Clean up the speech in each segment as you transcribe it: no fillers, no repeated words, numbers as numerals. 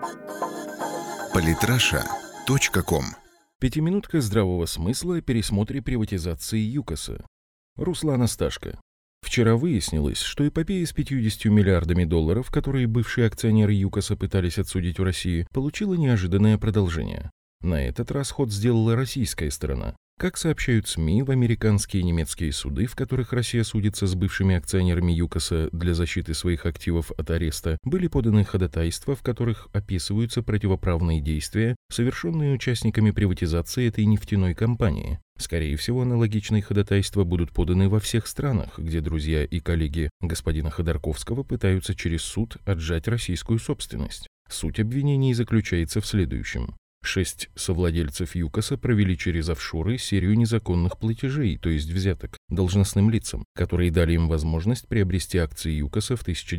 Политраша.ком. Пятиминутка здравого смысла о пересмотре приватизации ЮКОСа. Руслан Асташко. Вчера выяснилось, что эпопея с 50 миллиардами долларов, которые бывшие акционеры ЮКОСа пытались отсудить у России, получила неожиданное продолжение. На этот раз ход сделала российская сторона. Как сообщают СМИ, в американские и немецкие суды, в которых Россия судится с бывшими акционерами ЮКОСа для защиты своих активов от ареста, были поданы ходатайства, в которых описываются противоправные действия, совершенные участниками приватизации этой нефтяной компании. Скорее всего, аналогичные ходатайства будут поданы во всех странах, где друзья и коллеги господина Ходорковского пытаются через суд отжать российскую собственность. Суть обвинений заключается в следующем. 6 совладельцев ЮКОСа провели через офшоры серию незаконных платежей, то есть взяток, должностным лицам, которые дали им возможность приобрести акции ЮКОСа в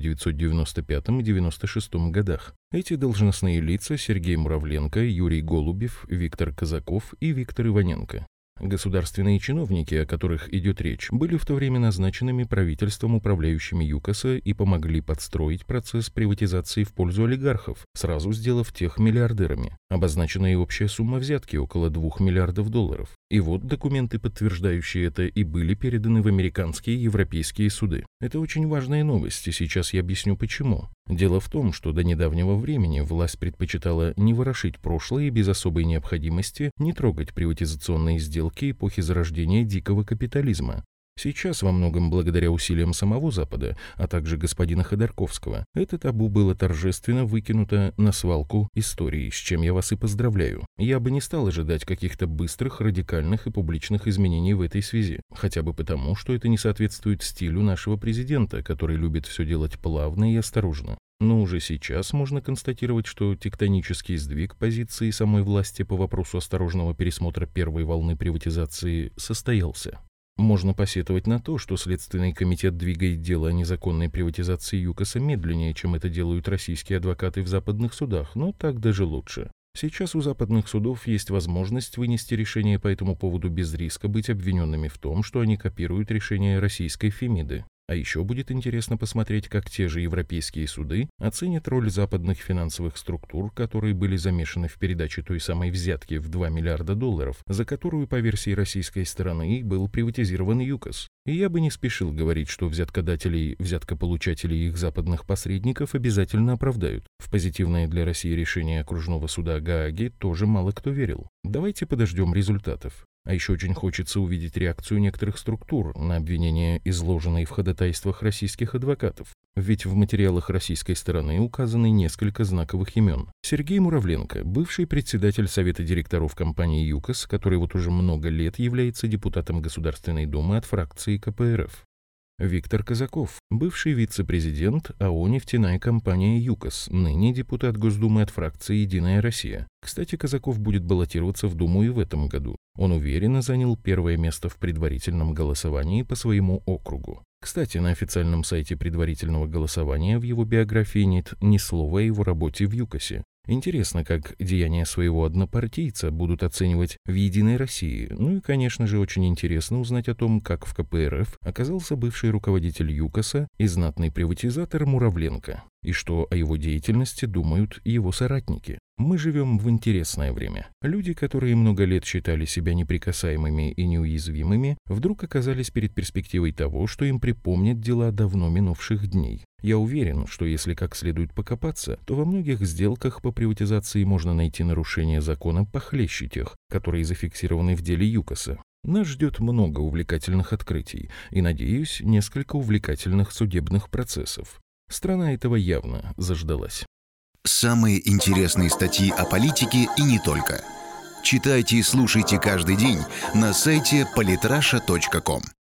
1995 и 1996 годах. Эти должностные лица Сергей Муравленко, Юрий Голубев, Виктор Казаков и Виктор Иваненко. Государственные чиновники, о которых идет речь, были в то время назначенными правительством управляющими ЮКОСа и помогли подстроить процесс приватизации в пользу олигархов, сразу сделав тех миллиардерами. Обозначена и общая сумма взятки около 2 миллиардов долларов. И вот документы, подтверждающие это, и были переданы в американские и европейские суды. Это очень важная новость, и сейчас я объясню почему. Дело в том, что до недавнего времени власть предпочитала не ворошить прошлое и без особой необходимости не трогать приватизационные сделки эпохи зарождения дикого капитализма. Сейчас, во многом благодаря усилиям самого Запада, а также господина Ходорковского, это табу было торжественно выкинуто на свалку истории, с чем я вас и поздравляю. Я бы не стал ожидать каких-то быстрых, радикальных и публичных изменений в этой связи, хотя бы потому, что это не соответствует стилю нашего президента, который любит все делать плавно и осторожно. Но уже сейчас можно констатировать, что тектонический сдвиг позиции самой власти по вопросу осторожного пересмотра первой волны приватизации состоялся. Можно посетовать на то, что Следственный комитет двигает дело о незаконной приватизации ЮКОСа медленнее, чем это делают российские адвокаты в западных судах, но так даже лучше. Сейчас у западных судов есть возможность вынести решение по этому поводу без риска быть обвиненными в том, что они копируют решение российской Фемиды. А еще будет интересно посмотреть, как те же европейские суды оценят роль западных финансовых структур, которые были замешаны в передаче той самой взятки в 2 миллиарда долларов, за которую, по версии российской стороны, был приватизирован ЮКОС. И я бы не спешил говорить, что взяткодателей, взяткополучателей и их западных посредников обязательно оправдают. В позитивное для России решение окружного суда Гааги тоже мало кто верил. Давайте подождем результатов. А еще очень хочется увидеть реакцию некоторых структур на обвинения, изложенные в ходатайствах российских адвокатов. Ведь в материалах российской стороны указаны несколько знаковых имен. Сергей Муравленко, бывший председатель Совета директоров компании ЮКОС, который вот уже много лет является депутатом Государственной Думы от фракции КПРФ. Виктор Казаков, бывший вице-президент АО «Нефтяная компания ЮКОС», ныне депутат Госдумы от фракции «Единая Россия». Кстати, Казаков будет баллотироваться в Думу и в этом году. Он уверенно занял первое место в предварительном голосовании по своему округу. Кстати, на официальном сайте предварительного голосования в его биографии нет ни слова о его работе в ЮКОСе. Интересно, как деяния своего однопартийца будут оценивать в «Единой России». Ну и, конечно же, очень интересно узнать о том, как в КПРФ оказался бывший руководитель ЮКОСа и знатный приватизатор Муравленко, и что о его деятельности думают его соратники. Мы живем в интересное время. Люди, которые много лет считали себя неприкасаемыми и неуязвимыми, вдруг оказались перед перспективой того, что им припомнят дела давно минувших дней. Я уверен, что если как следует покопаться, то во многих сделках по приватизации можно найти нарушения закона похлеще тех, которые зафиксированы в деле ЮКОСа. Нас ждет много увлекательных открытий и, надеюсь, несколько увлекательных судебных процессов. Страна этого явно заждалась. Самые интересные статьи о политике и не только. Читайте и слушайте каждый день на сайте politrasha.com.